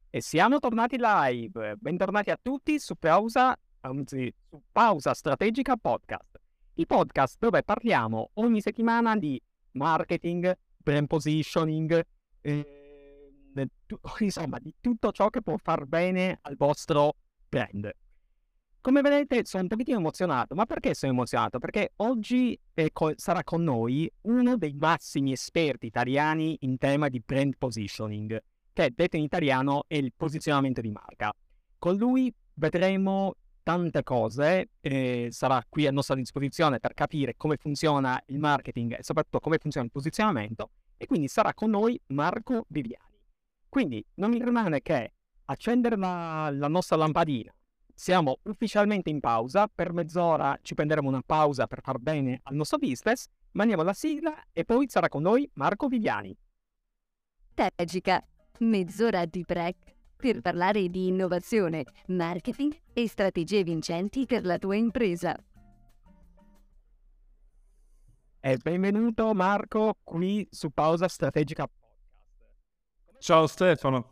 E siamo tornati live. Bentornati a tutti su Pausa, anzi, su Pausa Strategica Podcast. Il podcast dove parliamo ogni settimana di marketing, brand positioning, insomma, di tutto ciò che può far bene al vostro brand. Come vedete sono un pochettino emozionato, ma perché sono emozionato? Perché oggi sarà con noi uno dei massimi esperti italiani in tema di brand positioning, che detto in italiano è il posizionamento di marca. Con lui vedremo tante cose, sarà qui a nostra disposizione per capire come funziona il marketing e soprattutto come funziona il posizionamento, e quindi sarà con noi Marco Viviani. Quindi non mi rimane che accendere la nostra lampadina. Siamo ufficialmente in pausa, per mezz'ora ci prenderemo una pausa per far bene al nostro business, mandiamo la sigla e poi sarà con noi Marco Viviani. Strategica, mezz'ora di break per parlare di innovazione, marketing e strategie vincenti per la tua impresa. E benvenuto Marco qui su Pausa Strategica Podcast. Ciao Stefano.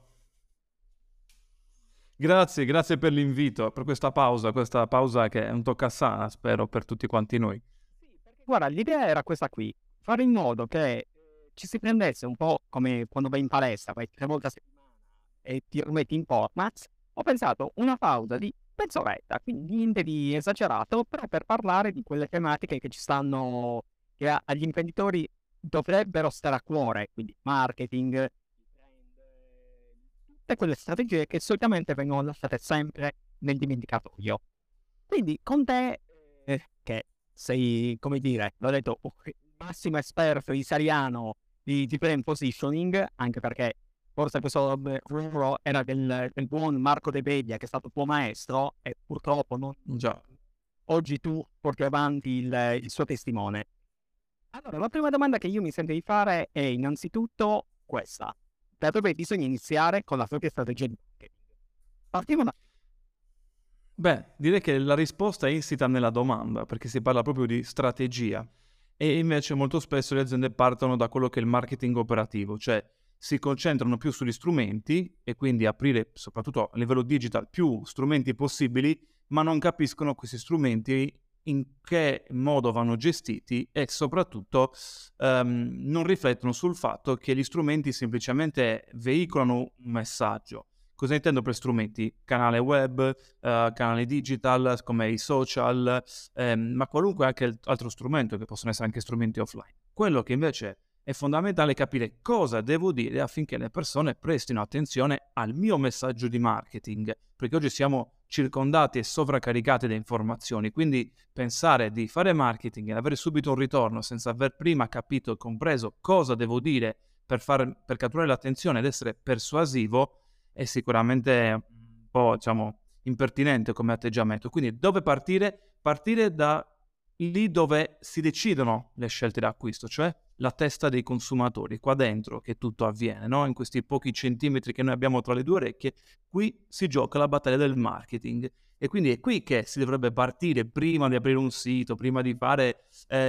Grazie per l'invito, per questa pausa che è un toccasana, spero, per tutti quanti noi. Sì, perché guarda, l'idea era questa qui, fare in modo che ci si prendesse un po' come quando vai in palestra, vai 3 volte a settimana e ti rimetti in forma. Ho pensato una pausa di mezz'oretta, quindi niente di esagerato, però per parlare di quelle tematiche che ci stanno, che agli imprenditori dovrebbero stare a cuore, quindi marketing, tutte quelle strategie che solitamente vengono lasciate sempre nel dimenticatoio. Quindi con te, che sei, come dire, l'ho detto, il massimo esperto italiano di brand positioning, anche perché forse questo ruolo era del buon Marco De Beglia, che è stato tuo maestro, e purtroppo non... Già. Oggi tu porti avanti il suo testimone. Allora, la prima domanda che io mi sento di fare è innanzitutto questa. Da dove bisogna iniziare con la propria strategia di marketing? Partiamo da... Beh, direi che la risposta è insita nella domanda, perché si parla proprio di strategia. E invece molto spesso le aziende partono da quello che è il marketing operativo, cioè si concentrano più sugli strumenti e quindi aprire, soprattutto a livello digital, più strumenti possibili, ma non capiscono questi strumenti in che modo vanno gestiti e soprattutto non riflettono sul fatto che gli strumenti semplicemente veicolano un messaggio. Cosa intendo per strumenti? Canale web, canale digital, come i social, ma qualunque anche altro strumento, che possono essere anche strumenti offline. Quello che invece è fondamentale è capire cosa devo dire affinché le persone prestino attenzione al mio messaggio di marketing, perché oggi siamo circondati e sovraccaricati da informazioni, quindi pensare di fare marketing e avere subito un ritorno senza aver prima capito e compreso cosa devo dire per catturare l'attenzione ed essere persuasivo è sicuramente un po', diciamo, impertinente come atteggiamento. Quindi dove partire? Partire da lì dove si decidono le scelte d'acquisto, cioè la testa dei consumatori, qua dentro che tutto avviene, no? In questi pochi centimetri che noi abbiamo tra le due orecchie, qui si gioca la battaglia del marketing. E quindi è qui che si dovrebbe partire prima di aprire un sito, prima di fare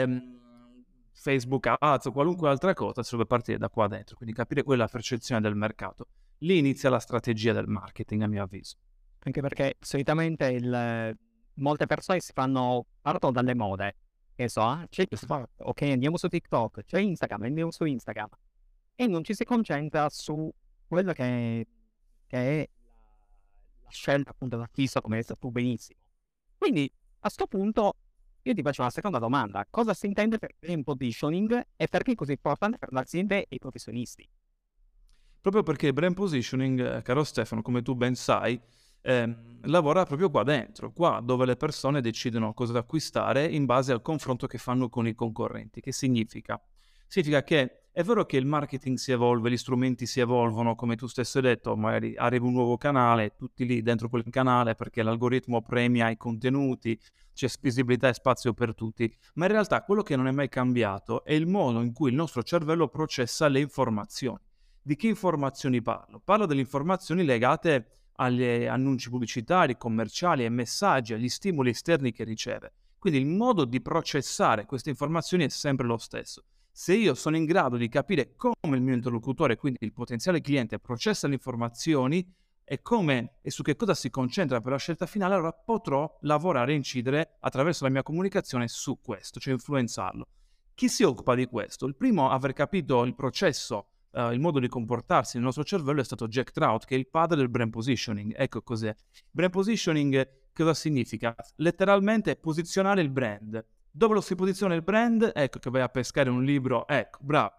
Facebook Ads o qualunque altra cosa, si dovrebbe partire da qua dentro, quindi capire quella percezione del mercato. Lì inizia la strategia del marketing, a mio avviso. Anche perché solitamente molte persone partono dalle mode. Che so, c'è ok, andiamo su TikTok, c'è Instagram, andiamo su Instagram. E non ci si concentra su quello che è la scelta appunto d'acquisto, come hai detto tu benissimo. Quindi a sto punto io ti faccio una seconda domanda. Cosa si intende per brand positioning e perché è così importante per le aziende e i professionisti? Proprio perché brand positioning, caro Stefano, come tu ben sai, lavora proprio qua dentro, qua dove le persone decidono cosa acquistare in base al confronto che fanno con i concorrenti. Che significa? Significa che è vero che il marketing si evolve, gli strumenti si evolvono, come tu stesso hai detto, magari arriva un nuovo canale, tutti lì dentro quel canale perché l'algoritmo premia i contenuti, c'è visibilità e spazio per tutti, ma in realtà quello che non è mai cambiato è il modo in cui il nostro cervello processa le informazioni. Di che informazioni parlo? Parlo delle informazioni legate agli annunci pubblicitari, commerciali e messaggi, agli stimoli esterni che riceve. Quindi il modo di processare queste informazioni è sempre lo stesso. Se io sono in grado di capire come il mio interlocutore, quindi il potenziale cliente, processa le informazioni, e su che cosa si concentra per la scelta finale, allora potrò lavorare e incidere attraverso la mia comunicazione su questo, cioè influenzarlo. Chi si occupa di questo? Il primo a aver capito il processo, il modo di comportarsi nel nostro cervello è stato Jack Trout, che è il padre del brain positioning. Ecco cos'è. Brain positioning cosa significa? Letteralmente posizionare il brand. Dove lo si posiziona il brand? Ecco che vai a pescare un libro. Ecco, bravo.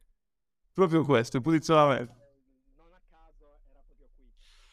Proprio questo, il posizionamento. Non a caso era proprio qui.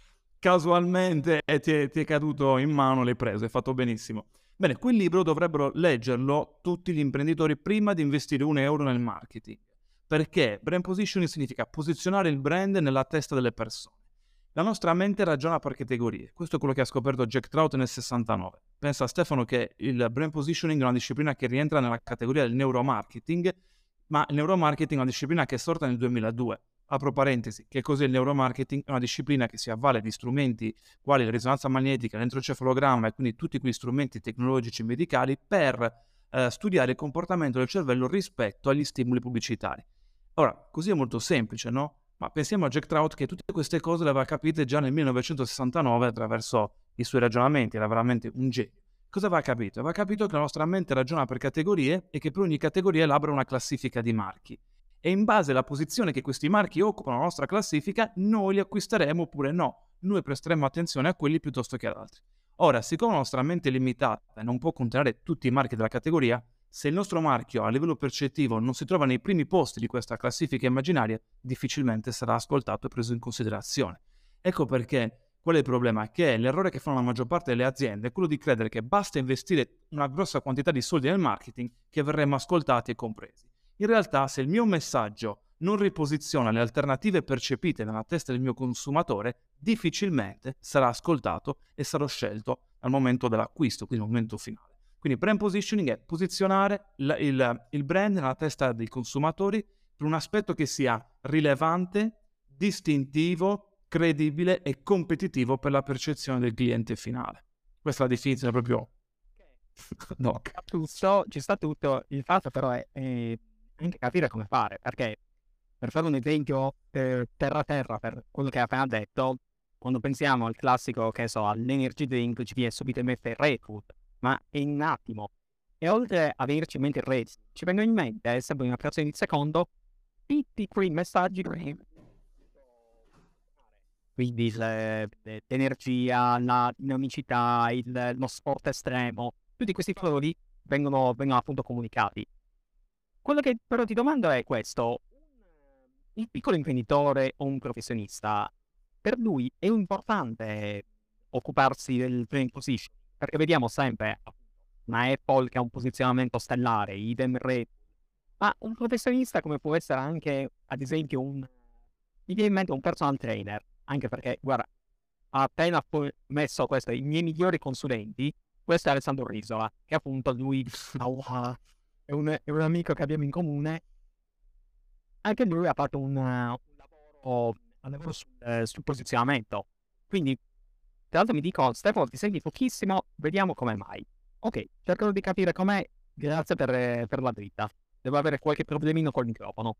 Casualmente ti è caduto in mano, l'hai preso, hai fatto benissimo. Bene, quel libro dovrebbero leggerlo tutti gli imprenditori prima di investire €1 nel marketing. Perché brand positioning significa posizionare il brand nella testa delle persone. La nostra mente ragiona per categorie. Questo è quello che ha scoperto Jack Trout nel 69. Pensa Stefano che il brand positioning è una disciplina che rientra nella categoria del neuromarketing, ma il neuromarketing è una disciplina che è sorta nel 2002. Apro parentesi, che cos'è il neuromarketing? È una disciplina che si avvale di strumenti quali la risonanza magnetica, l'elettroencefalogramma e quindi tutti quegli strumenti tecnologici e medicali per studiare il comportamento del cervello rispetto agli stimoli pubblicitari. Ora, così è molto semplice, no? Ma pensiamo a Jack Trout che tutte queste cose le aveva capite già nel 1969 attraverso i suoi ragionamenti, era veramente un genio. Cosa aveva capito? Aveva capito che la nostra mente ragiona per categorie e che per ogni categoria elabora una classifica di marchi. E in base alla posizione che questi marchi occupano nella nostra classifica, noi li acquisteremo oppure no. Noi presteremo attenzione a quelli piuttosto che ad altri. Ora, siccome la nostra mente è limitata e non può contenere tutti i marchi della categoria, se il nostro marchio a livello percettivo non si trova nei primi posti di questa classifica immaginaria, difficilmente sarà ascoltato e preso in considerazione. Ecco perché qual è il problema? Che l'errore che fanno la maggior parte delle aziende è quello di credere che basta investire una grossa quantità di soldi nel marketing che verremo ascoltati e compresi. In realtà, se il mio messaggio non riposiziona le alternative percepite nella testa del mio consumatore, difficilmente sarà ascoltato e sarò scelto al momento dell'acquisto, quindi al momento finale. Quindi brand positioning è posizionare il brand nella testa dei consumatori per un aspetto che sia rilevante, distintivo, credibile e competitivo per la percezione del cliente finale. Questa è la definizione proprio... No. Ci sta tutto, il fatto però è anche capire come fare, perché per fare un esempio terra per quello che hai appena detto, quando pensiamo al classico, che so, all'energy drink, ci viene subito in mente il Red Bull, ma è un attimo. E oltre a venirci in mente il Red Bull, ci vengono in mente, sempre in una frazione di secondo, tutti quei messaggi, quindi l'energia, la dinamicità, lo sport estremo, tutti questi valori vengono appunto comunicati. Quello che però ti domando è questo: un piccolo imprenditore o un professionista, per lui è importante occuparsi del brand position, perché vediamo sempre una Apple che ha un posizionamento stellare, idem Red, ma un professionista come può essere anche, ad esempio, mi viene in mente un personal trainer, anche perché, guarda, ha appena messo questo, i miei migliori consulenti, questo è Alessandro Risola, che appunto lui è un amico che abbiamo in comune. Anche lui ha fatto un lavoro sul posizionamento. Quindi, tra l'altro mi dico, Stefano, ti senti pochissimo, vediamo come mai. Ok, cercherò di capire com'è, grazie per la dritta. Devo avere qualche problemino col microfono.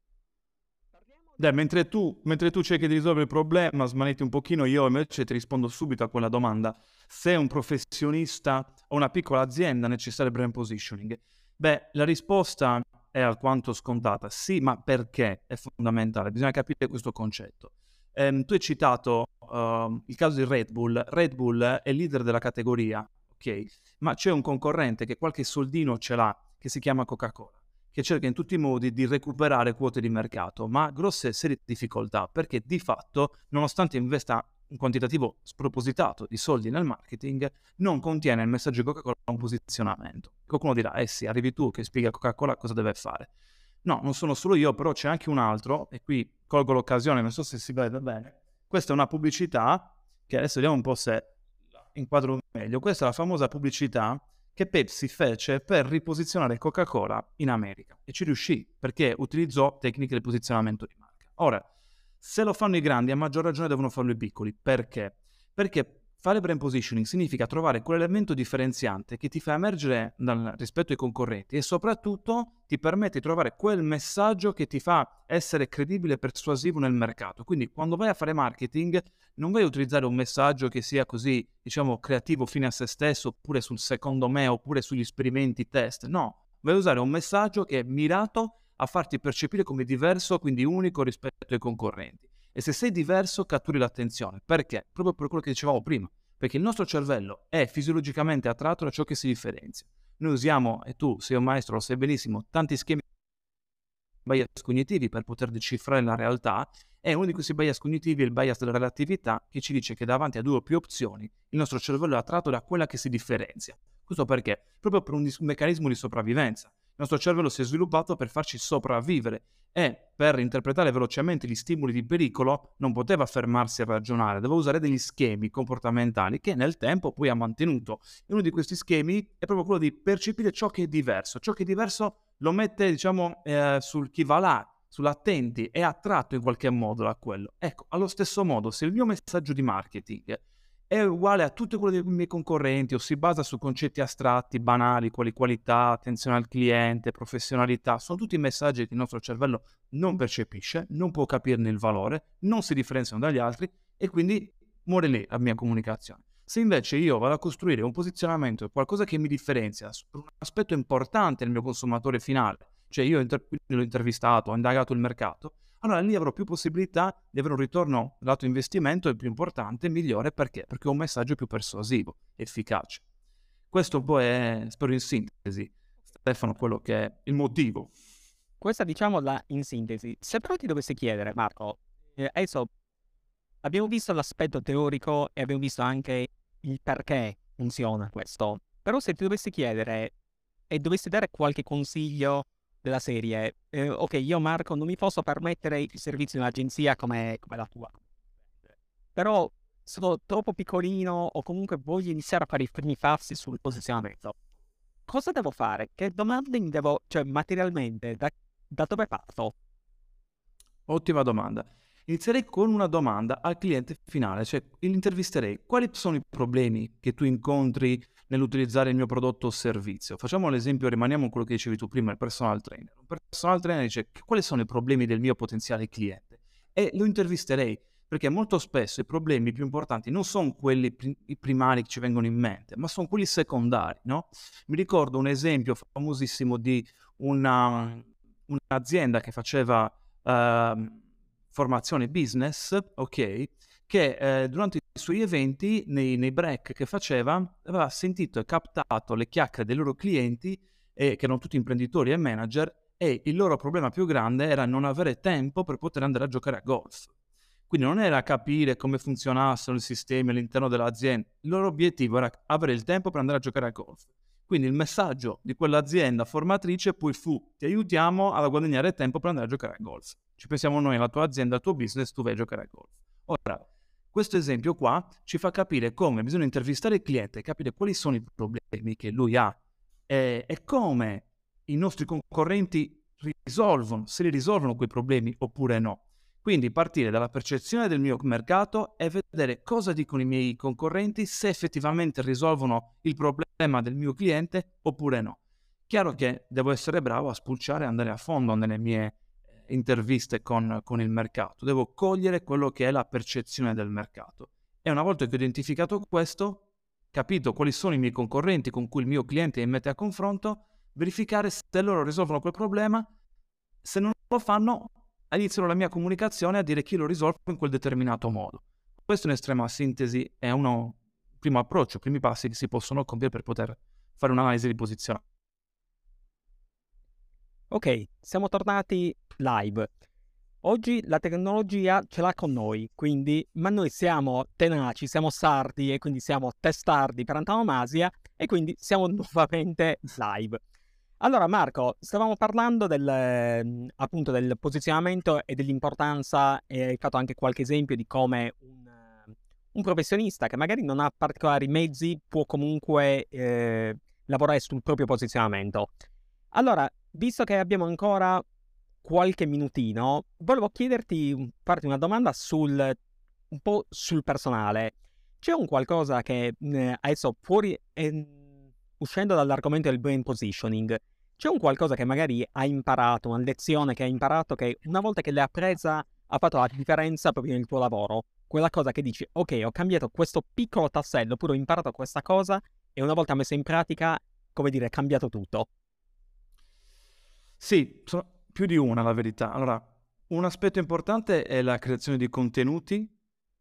Dai, mentre tu cerchi di risolvere il problema, smanetti un pochino, io invece ti rispondo subito a quella domanda. Se un professionista o una piccola azienda ha necessario brand positioning? Beh, la risposta è alquanto scontata. Sì, ma perché è fondamentale? Bisogna capire questo concetto. Tu hai citato il caso di Red Bull. Red Bull è il leader della categoria, ok? Ma c'è un concorrente che qualche soldino ce l'ha, che si chiama Coca-Cola, che cerca in tutti i modi di recuperare quote di mercato, ma ha grosse serie difficoltà, perché di fatto, nonostante investa un quantitativo spropositato di soldi nel marketing, non contiene il messaggio di Coca-Cola un posizionamento. Qualcuno dirà, sì, arrivi tu che spiega a Coca-Cola cosa deve fare. No, non sono solo io, però c'è anche un altro, e qui colgo l'occasione, non so se si vede bene. Questa è una pubblicità, che adesso vediamo un po' se inquadro meglio. Questa è la famosa pubblicità che Pepsi fece per riposizionare Coca-Cola in America. E ci riuscì, perché utilizzò tecniche di posizionamento di marca. Ora, se lo fanno i grandi, a maggior ragione devono farlo i piccoli. Perché? Perché Fare brand positioning significa trovare quell'elemento differenziante che ti fa emergere rispetto ai concorrenti e soprattutto ti permette di trovare quel messaggio che ti fa essere credibile e persuasivo nel mercato. Quindi quando vai a fare marketing non vai a utilizzare un messaggio che sia così, diciamo, creativo fine a se stesso, oppure sul secondo me, oppure sugli esperimenti test. No, vai a usare un messaggio che è mirato a farti percepire come diverso, quindi unico rispetto ai concorrenti. E se sei diverso, catturi l'attenzione. Perché? Proprio per quello che dicevamo prima. Perché il nostro cervello è fisiologicamente attratto da ciò che si differenzia. Noi usiamo, e tu sei un maestro, lo sai benissimo, tanti schemi bias cognitivi per poter decifrare la realtà, e uno di questi bias cognitivi è il bias della relatività, che ci dice che davanti a due o più opzioni il nostro cervello è attratto da quella che si differenzia. Questo perché? Proprio per un meccanismo di sopravvivenza. Il nostro cervello si è sviluppato per farci sopravvivere e per interpretare velocemente gli stimoli di pericolo non poteva fermarsi a ragionare, doveva usare degli schemi comportamentali che nel tempo poi ha mantenuto. E uno di questi schemi è proprio quello di percepire ciò che è diverso. Ciò che è diverso lo mette, diciamo, sul chi va là, sull'attenti, è attratto in qualche modo da quello. Ecco, allo stesso modo, se il mio messaggio di marketing è uguale a tutto quello dei miei concorrenti o si basa su concetti astratti, banali, quali qualità, attenzione al cliente, professionalità, sono tutti messaggi che il nostro cervello non percepisce, non può capirne il valore, non si differenziano dagli altri e quindi muore lì la mia comunicazione. Se invece io vado a costruire un posizionamento, qualcosa che mi differenzia su un aspetto importante del mio consumatore finale, cioè io l'ho intervistato, ho indagato il mercato, allora lì avrò più possibilità di avere un ritorno lato investimento, il più importante, migliore, perché? Perché ho un messaggio più persuasivo, efficace. Questo un po' è, spero in sintesi, Stefano, quello che è il motivo. Questa diciamo la in sintesi. Se però ti dovessi chiedere, Marco, adesso abbiamo visto l'aspetto teorico e abbiamo visto anche il perché funziona questo, però se ti dovessi chiedere e dovessi dare qualche consiglio della serie, ok, io Marco non mi posso permettere il servizio di un'agenzia come la tua, però sono troppo piccolino o comunque voglio iniziare a fare i primi passi sul posizionamento. Cosa devo fare? Che domande mi devo, cioè materialmente, da dove parto? Ottima domanda. Inizierei con una domanda al cliente finale, cioè intervisterei quali sono i problemi che tu incontri nell'utilizzare il mio prodotto o servizio. Facciamo l'esempio, rimaniamo con quello che dicevi tu prima, il personal trainer. Un personal trainer dice quali sono i problemi del mio potenziale cliente e lo intervisterei perché molto spesso i problemi più importanti non sono quelli i primari che ci vengono in mente, ma sono quelli secondari, no? Mi ricordo un esempio famosissimo di un'azienda che faceva formazione business, ok, che durante i suoi eventi, nei break che faceva, aveva sentito e captato le chiacchiere dei loro clienti, che erano tutti imprenditori e manager, e il loro problema più grande era non avere tempo per poter andare a giocare a golf. Quindi non era capire come funzionassero i sistemi all'interno dell'azienda, il loro obiettivo era avere il tempo per andare a giocare a golf. Quindi il messaggio di quell'azienda formatrice poi fu: ti aiutiamo a guadagnare tempo per andare a giocare a golf. Ci pensiamo noi, la tua azienda, il tuo business, tu vai a giocare a golf. Ora, questo esempio qua ci fa capire come bisogna intervistare il cliente, capire quali sono i problemi che lui ha e come i nostri concorrenti risolvono, se li risolvono quei problemi oppure no. Quindi partire dalla percezione del mio mercato e vedere cosa dicono i miei concorrenti, se effettivamente risolvono il problema del mio cliente oppure no. Chiaro che devo essere bravo a spulciare e andare a fondo nelle mie interviste con il mercato. Devo cogliere quello che è la percezione del mercato. E una volta che ho identificato questo, capito quali sono i miei concorrenti con cui il mio cliente mi mette a confronto, verificare se loro risolvono quel problema. Se non lo fanno, iniziano la mia comunicazione a dire chi lo risolve in quel determinato modo. Questo in estrema sintesi è un primo approccio, primi passi che si possono compiere per poter fare un'analisi di posizione. Ok, siamo tornati live. Oggi la tecnologia ce l'ha con noi, quindi, ma noi siamo tenaci, siamo sardi e quindi siamo testardi per antonomasia e quindi siamo nuovamente live. Allora Marco, stavamo parlando appunto del posizionamento e dell'importanza e hai fatto anche qualche esempio di come un professionista che magari non ha particolari mezzi può comunque lavorare sul proprio posizionamento. Allora, visto che abbiamo ancora qualche minutino, volevo farti una domanda un po' sul personale. C'è un qualcosa che adesso fuori, uscendo dall'argomento del brand positioning, c'è un qualcosa che magari hai imparato, una lezione che hai imparato che una volta che l'hai appresa ha fatto la differenza proprio nel tuo lavoro? Quella cosa che dici, ok, ho cambiato questo piccolo tassello, oppure ho imparato questa cosa e una volta messa in pratica, come dire, è cambiato tutto. Sì, sono più di una la verità. Allora, un aspetto importante è la creazione di contenuti,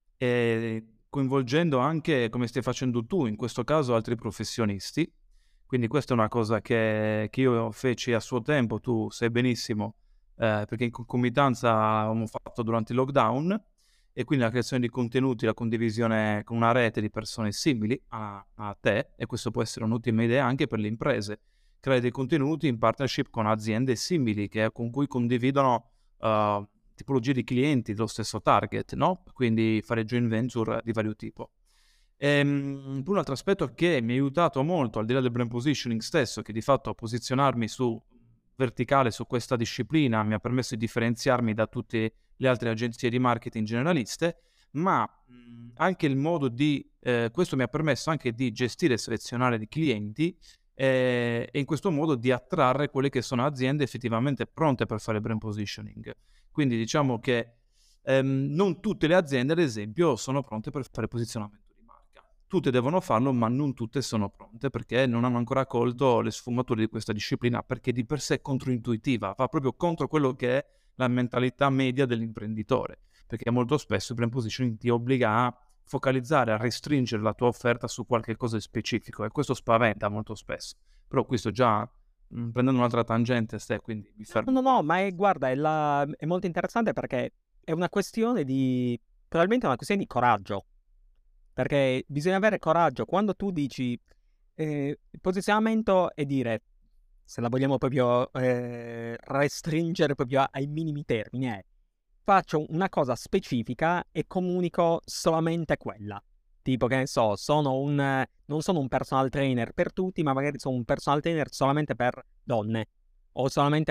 coinvolgendo anche, come stai facendo tu, in questo caso altri professionisti. Quindi questa è una cosa che io feci a suo tempo, tu sai benissimo, perché in concomitanza avevamo fatto durante il lockdown, e quindi la creazione di contenuti, la condivisione con una rete di persone simili a te, e questo può essere un'ottima idea anche per le imprese, creare dei contenuti in partnership con aziende simili con cui condividono tipologie di clienti dello stesso target, no? Quindi fare joint venture di vario tipo. Poi un altro aspetto che mi ha aiutato molto, al di là del brand positioning stesso, che di fatto posizionarmi su verticale su questa disciplina mi ha permesso di differenziarmi da tutte le altre agenzie di marketing generaliste, ma anche il modo di questo mi ha permesso anche di gestire e selezionare dei clienti e in questo modo di attrarre quelle che sono aziende effettivamente pronte per fare brand positioning. Quindi diciamo che non tutte le aziende, ad esempio, sono pronte per fare posizionamento di marca. Tutte devono farlo, ma non tutte sono pronte perché non hanno ancora colto le sfumature di questa disciplina, perché di per sé è controintuitiva, va proprio contro quello che è la mentalità media dell'imprenditore, perché molto spesso il brand positioning ti obbliga a focalizzare, a restringere la tua offerta su qualche cosa di specifico, e questo spaventa molto spesso. Però questo già prendendo un'altra tangente, quindi mi fermo. No, ma guarda, è molto interessante perché è una questione probabilmente è una questione di coraggio, perché bisogna avere coraggio quando tu dici il posizionamento e dire, se la vogliamo proprio restringere proprio ai minimi termini, faccio una cosa specifica e comunico solamente quella. Tipo, che ne so, non sono un personal trainer per tutti, ma magari sono un personal trainer solamente per donne o solamente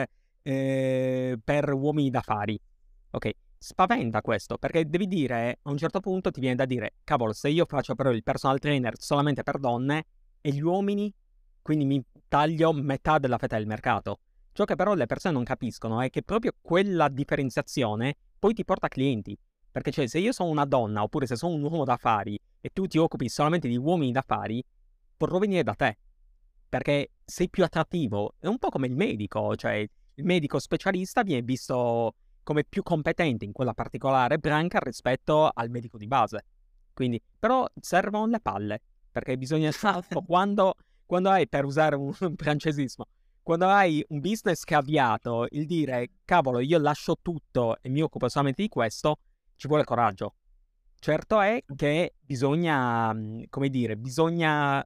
per uomini d'affari. Ok, spaventa questo, perché devi dire, a un certo punto ti viene da dire, cavolo, se io faccio però il personal trainer solamente per donne e gli uomini, quindi mi taglio metà della fetta del mercato. Ciò che però le persone non capiscono è che proprio quella differenziazione poi ti porta clienti. Perché cioè, se io sono una donna oppure se sono un uomo d'affari e tu ti occupi solamente di uomini d'affari, potrò venire da te. Perché sei più attrattivo. È un po' come il medico, cioè il medico specialista viene visto come più competente in quella particolare branca rispetto al medico di base. Quindi, però servono le palle, perché bisogna quando hai, per usare un francesismo, quando hai un business che è avviato, il dire, cavolo, io lascio tutto e mi occupo solamente di questo, ci vuole coraggio. Certo è che bisogna, come dire, bisogna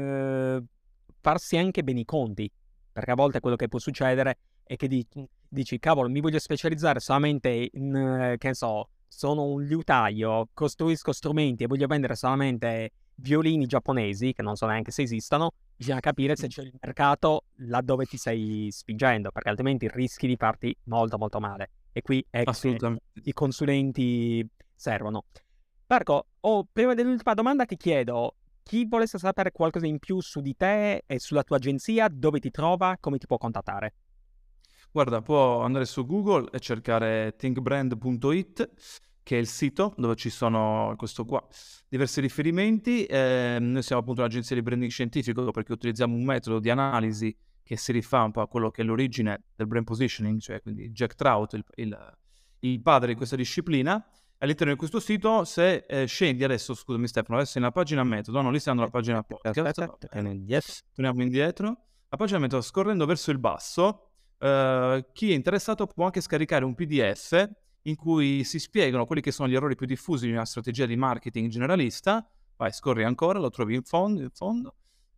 farsi anche bene i conti, perché a volte quello che può succedere è che dici, cavolo, mi voglio specializzare solamente in, che ne so, sono un liutaio, costruisco strumenti e voglio vendere solamente violini giapponesi, che non so neanche se esistano, bisogna capire se c'è il mercato là dove ti stai spingendo, perché altrimenti rischi di farti molto molto male. E qui è che i consulenti servono. Marco, prima dell'ultima domanda ti chiedo, chi volesse sapere qualcosa in più su di te e sulla tua agenzia, dove ti trova, come ti può contattare? Guarda, può andare su Google e cercare thinkbrand.it, che è il sito dove ci sono, questo qua, diversi riferimenti. Noi siamo appunto un'agenzia di branding scientifico perché utilizziamo un metodo di analisi che si rifà un po' a quello che è l'origine del brand positioning, cioè quindi Jack Trout, il padre di questa disciplina. All'interno di questo sito, se scendi adesso, scusami Stefano, adesso è nella pagina metodo, no, lì stiamo nella pagina podcast. Torniamo indietro. La pagina metodo, scorrendo verso il basso, chi è interessato può anche scaricare un PDF in cui si spiegano quelli che sono gli errori più diffusi di una strategia di marketing generalista. Vai, scorri ancora, lo trovi in fondo.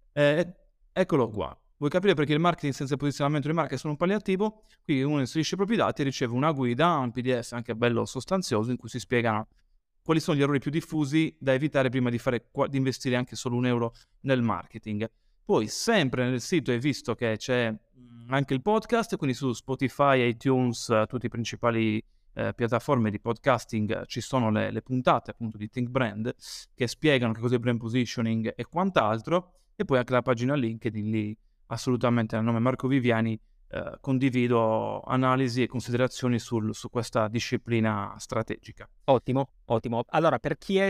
Eccolo qua. Vuoi capire perché il marketing senza posizionamento di marca è solo un palliativo? Qui uno inserisce i propri dati e riceve una guida, un PDF anche bello sostanzioso, in cui si spiegano quali sono gli errori più diffusi da evitare prima di investire anche solo €1 nel marketing. Poi sempre nel sito hai visto che c'è anche il podcast, quindi su Spotify, iTunes, tutti i principali piattaforme di podcasting ci sono le puntate appunto di Think Brand che spiegano che cos'è brand positioning e quant'altro, e poi anche la pagina LinkedIn. Lì assolutamente nel nome Marco Viviani condivido analisi e considerazioni su questa disciplina strategica. Ottimo. Allora, per chi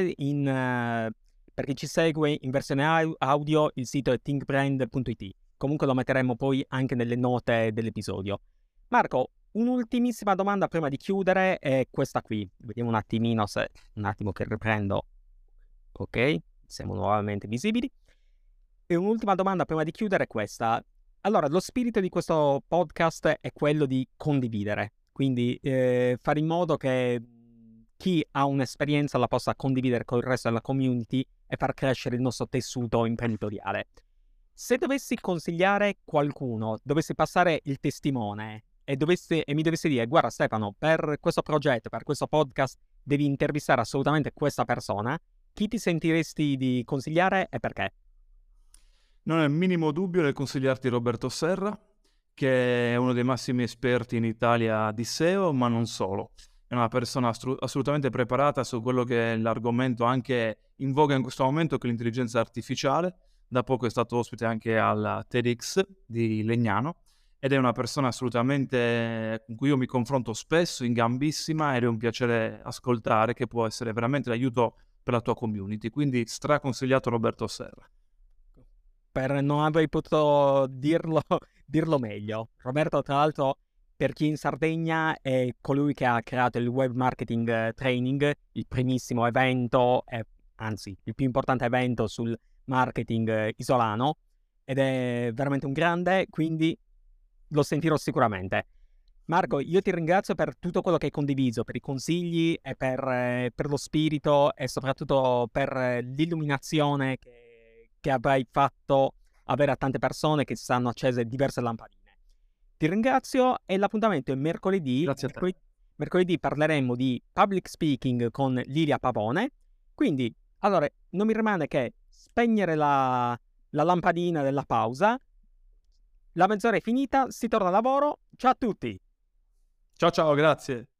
ci segue in versione audio, il sito è thinkbrand.it. Comunque lo metteremo poi anche nelle note dell'episodio. Marco, un'ultimissima domanda prima di chiudere è questa qui. Vediamo un attimo che riprendo. Ok, siamo nuovamente visibili. E un'ultima domanda prima di chiudere è questa. Allora, lo spirito di questo podcast è quello di condividere, quindi fare in modo che chi ha un'esperienza la possa condividere con il resto della community e far crescere il nostro tessuto imprenditoriale. Se dovessi consigliare qualcuno, dovessi passare il testimone e mi dovessi dire: guarda Stefano, per questo progetto, per questo podcast, devi intervistare assolutamente questa persona, chi ti sentiresti di consigliare e perché? Non ho il minimo dubbio nel consigliarti Roberto Serra, che è uno dei massimi esperti in Italia di SEO, ma non solo. È una persona assolutamente preparata su quello che è l'argomento anche in voga in questo momento, che è l'intelligenza artificiale. Da poco è stato ospite anche al TEDx di Legnano, ed è una persona assolutamente con cui io mi confronto spesso, in gambissima, ed è un piacere ascoltare, che può essere veramente d'aiuto per la tua community. Quindi straconsigliato Roberto Serra. Non avrei potuto dirlo meglio. Roberto, tra l'altro, per chi è in Sardegna, è colui che ha creato il Web Marketing Training, il primissimo evento, anzi il più importante evento sul marketing isolano, ed è veramente un grande, quindi lo sentirò sicuramente. Marco, io ti ringrazio per tutto quello che hai condiviso, per i consigli e per lo spirito, e soprattutto per l'illuminazione che avrai fatto avere a tante persone che si stanno accese diverse lampadine. Ti ringrazio, e l'appuntamento è mercoledì. Grazie a te. Mercoledì parleremo di public speaking con Lilia Pavone. Quindi, allora, non mi rimane che spegnere la lampadina della pausa. La mezz'ora è finita, si torna a lavoro. Ciao a tutti! Ciao, grazie.